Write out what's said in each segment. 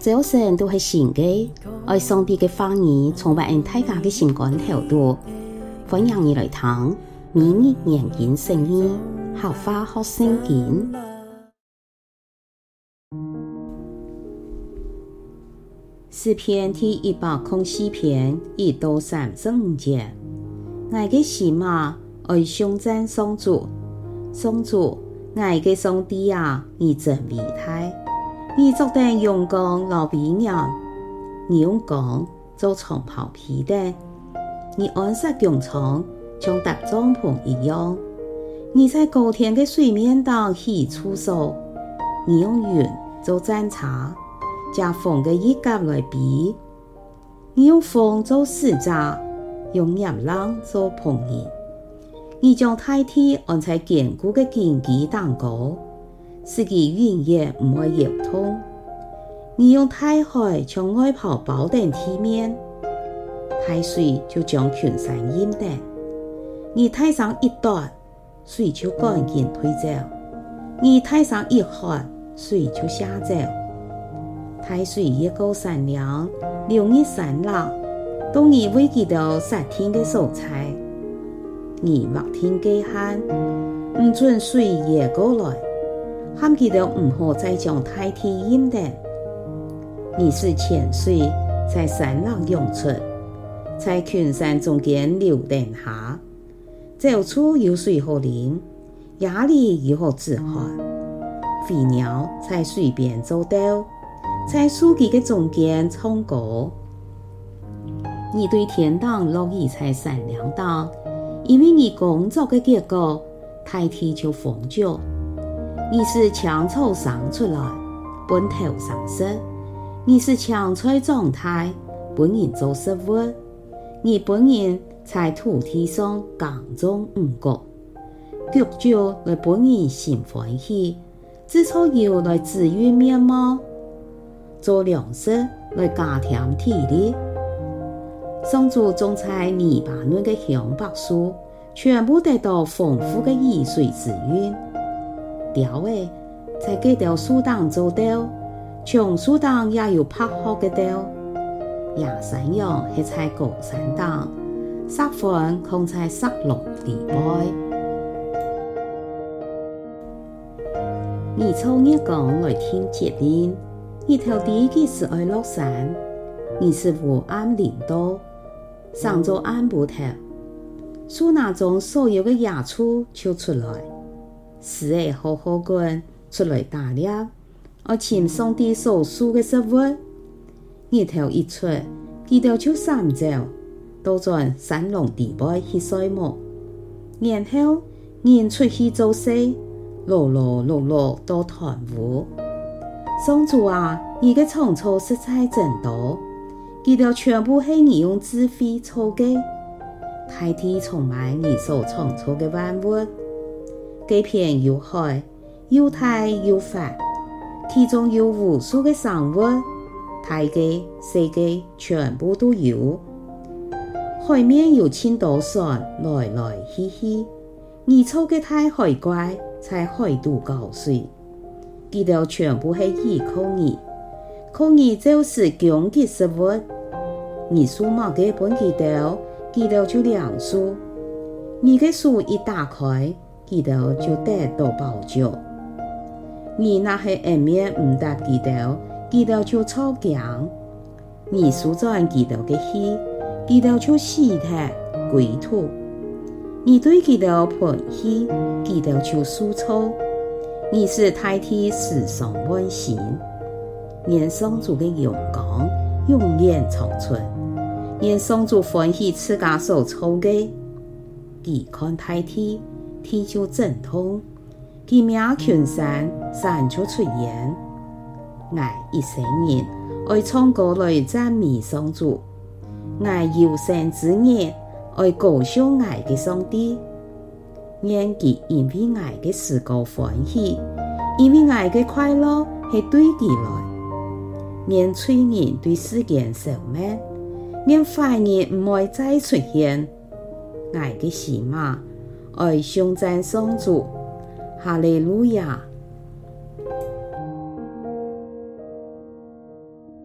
早晨都是新的，愛上帝的話語充滿大家的心肝頭度。歡迎你來聽每日研經聖經，學花學聖經。詩篇第104篇1到35節，我的心啊，愛頌讚上主，上主，我的上帝啊，你真偉大。你作得用光老威嚴，你用光做長袍披戴，你安設穹蒼像搭帳篷一樣，你在高天的水面上起住所，你用雲做戰車，將風的衣甲來比，你用風做使者，用炎浪做僕人，你將大地安在堅固的根基當高，使其永遠唔會搖動。你用大海將外袍包定地面，大水就將群山淹定。你太上一斷，水就趕緊退走；你太上一喝，水就下走。大水越過山梁，流入山落，當你為佢到殺天的所在，你劃天界限，唔准水越過來。喊佢哋唔好再將大地淹定，你使泉水在山浪湧出，在群山中間流定下，走處有水可啉，野里有可止渴。飛鳥在水邊走道，在樹木的中間唱歌。你對天堂樂意在山梁當，因為你工作的結果，大地就豐足。你是青草生出來，本頭上色；你是青菜長大，本人做食物。你本人在土地上耕種五穀，穀酒來本人心歡喜，製造油來滋潤面貌，做糧食來加添體力。上主種在黎巴嫩的香柏樹，全部得到豐富的雨水滋潤。鳥兒在這條樹當做道，松樹當也有拍好的道。野山羊係在高山當，撒獾控在石龍地背。你從日光來聽節令，日頭第幾時愛落山？你是烏暗林道，上做暗布頭，樹那中所有的野畜就出來。獅兒好好滾出來打獵，我尋上帝所賜的食物。日頭一出，佢哋就散走，到轉山龍地背去睡夢。然後人出去做事，碌碌到團壺。上主啊，你嘅創造實在真多，佢哋全部係你用智慧造嘅，大地充滿你所創造嘅萬物。這片有海，有大有闊，其中有無數的生物，大嘅、細嘅全部都有。海面有千多船來來去去，你造嘅大海怪在海度搞水，佢哋全部係依靠你，靠你就是供給食物。你數碼嘅本佢哋就糧數，你嘅樹一打開，佢哋就得到保障。你那係下面唔答佢哋就吵僵。你數轉佢哋嘅氣，佢哋就死態歸土。你對佢哋噴氣，佢哋就輸臭。你是大地時常溫馨，願上主嘅陽光永遠長存。願上主歡喜自家所造嘅，佢看大地，地就震動，佢名群山，山就出現。我一生人愛唱歌來讚美上主，我有生之年愛高唱我嘅上帝。願佢因為我嘅事高歡喜，因為我嘅快樂係對佢來。願罪人對世間消滅，願壞人唔會再出現。我嘅心啊，愛頌讚上主，哈利路亞。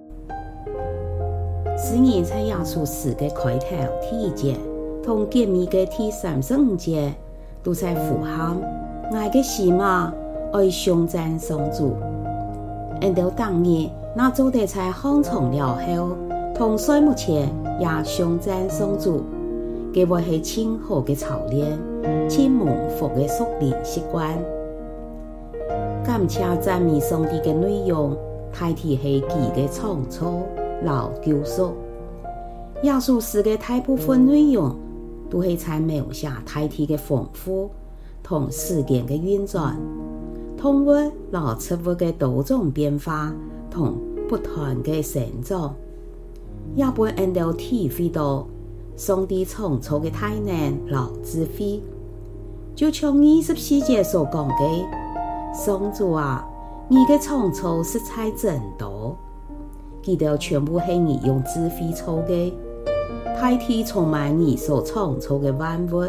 自然在耶稣死嘅开头第一节同结尾嘅第35节都在呼喊爱嘅是嘛爱上赞上主。因到当日那做地在康从了后同岁末前也上赞上主，佢會係清好嘅操練，千蒙福嘅屬靈習慣。感謝讚美上帝嘅內容，大體係佢嘅創造、留救贖。耶穌詩嘅大部分內容都係在描寫大體嘅豐富同事件嘅運轉，動物和植物嘅多種變化同不斷嘅成長，也會引導體會到上帝創造嘅大能和智慧。就像24節所講嘅，上主啊，你嘅創造實在真多，佢哋全部係你用智慧做嘅，大體充滿你所創造嘅萬物。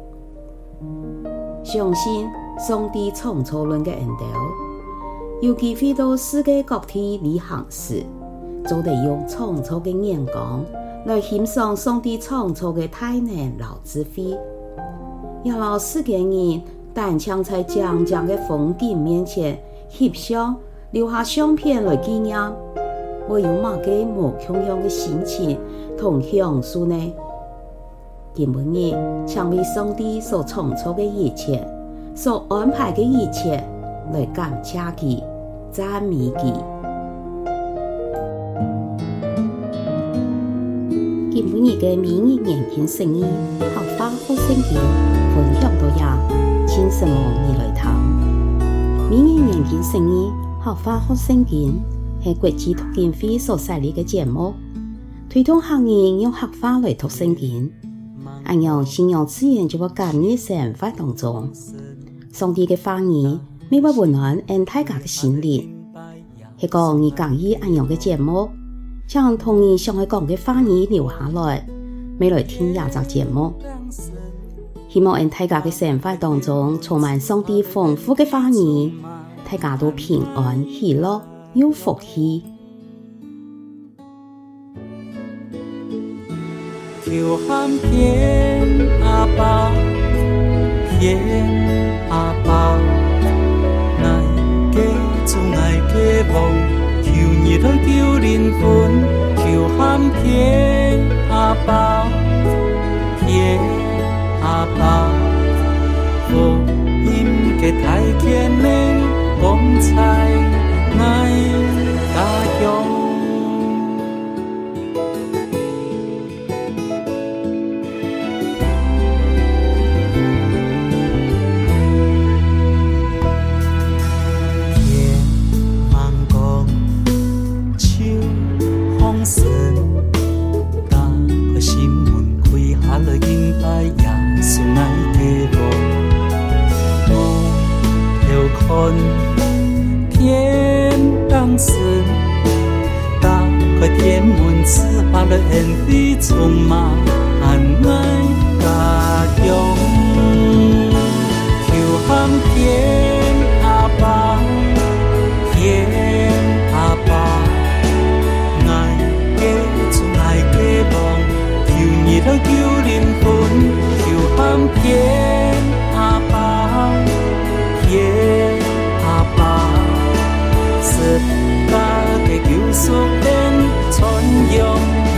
相信上帝創造論嘅引導，有機會到世界各地旅行時，就得用創造嘅眼光來欣賞上帝創造嘅大能和智慧，也讓世間人單槍在將嘅風景面前翕相，留下相片來紀念。我有乜嘅無窮鄉嘅心情同享受呢？今日請為上帝所創造嘅一切，所安排嘅一切來感謝佢、讚美佢。今日嘅每日研經聖言，學花好聖經，分享到呀，請什麼你來聽。每日研經聖言，學花好聖經，係國際讀經會所設立嘅節目，推動客人用客話來讀聖經。按樣信仰自然就會感染生活當中，上帝嘅話語每會溫暖人大家嘅心靈。係講你講意按樣嘅節目，將同你想去講嘅話語留下來，未來聽廿集節目。希望人大家嘅生活當中充滿上帝豐富嘅話語，大家都平安喜樂有福氣。 求喊天阿爸，天阿爸，愛嘅主愛嘅夢，求你來救靈魂。求喊天阿爸，天阿爸，福音嘅大權能光彩愛家鄉。天當神，打開天門，賜下了恩惠，充滿愛家鄉。求喊天阿爸，天阿爸，愛嘅主愛嘅夢，求你來救靈魂。求喊天阿爸，天阿爸，十架嘅救贖恩傳揚。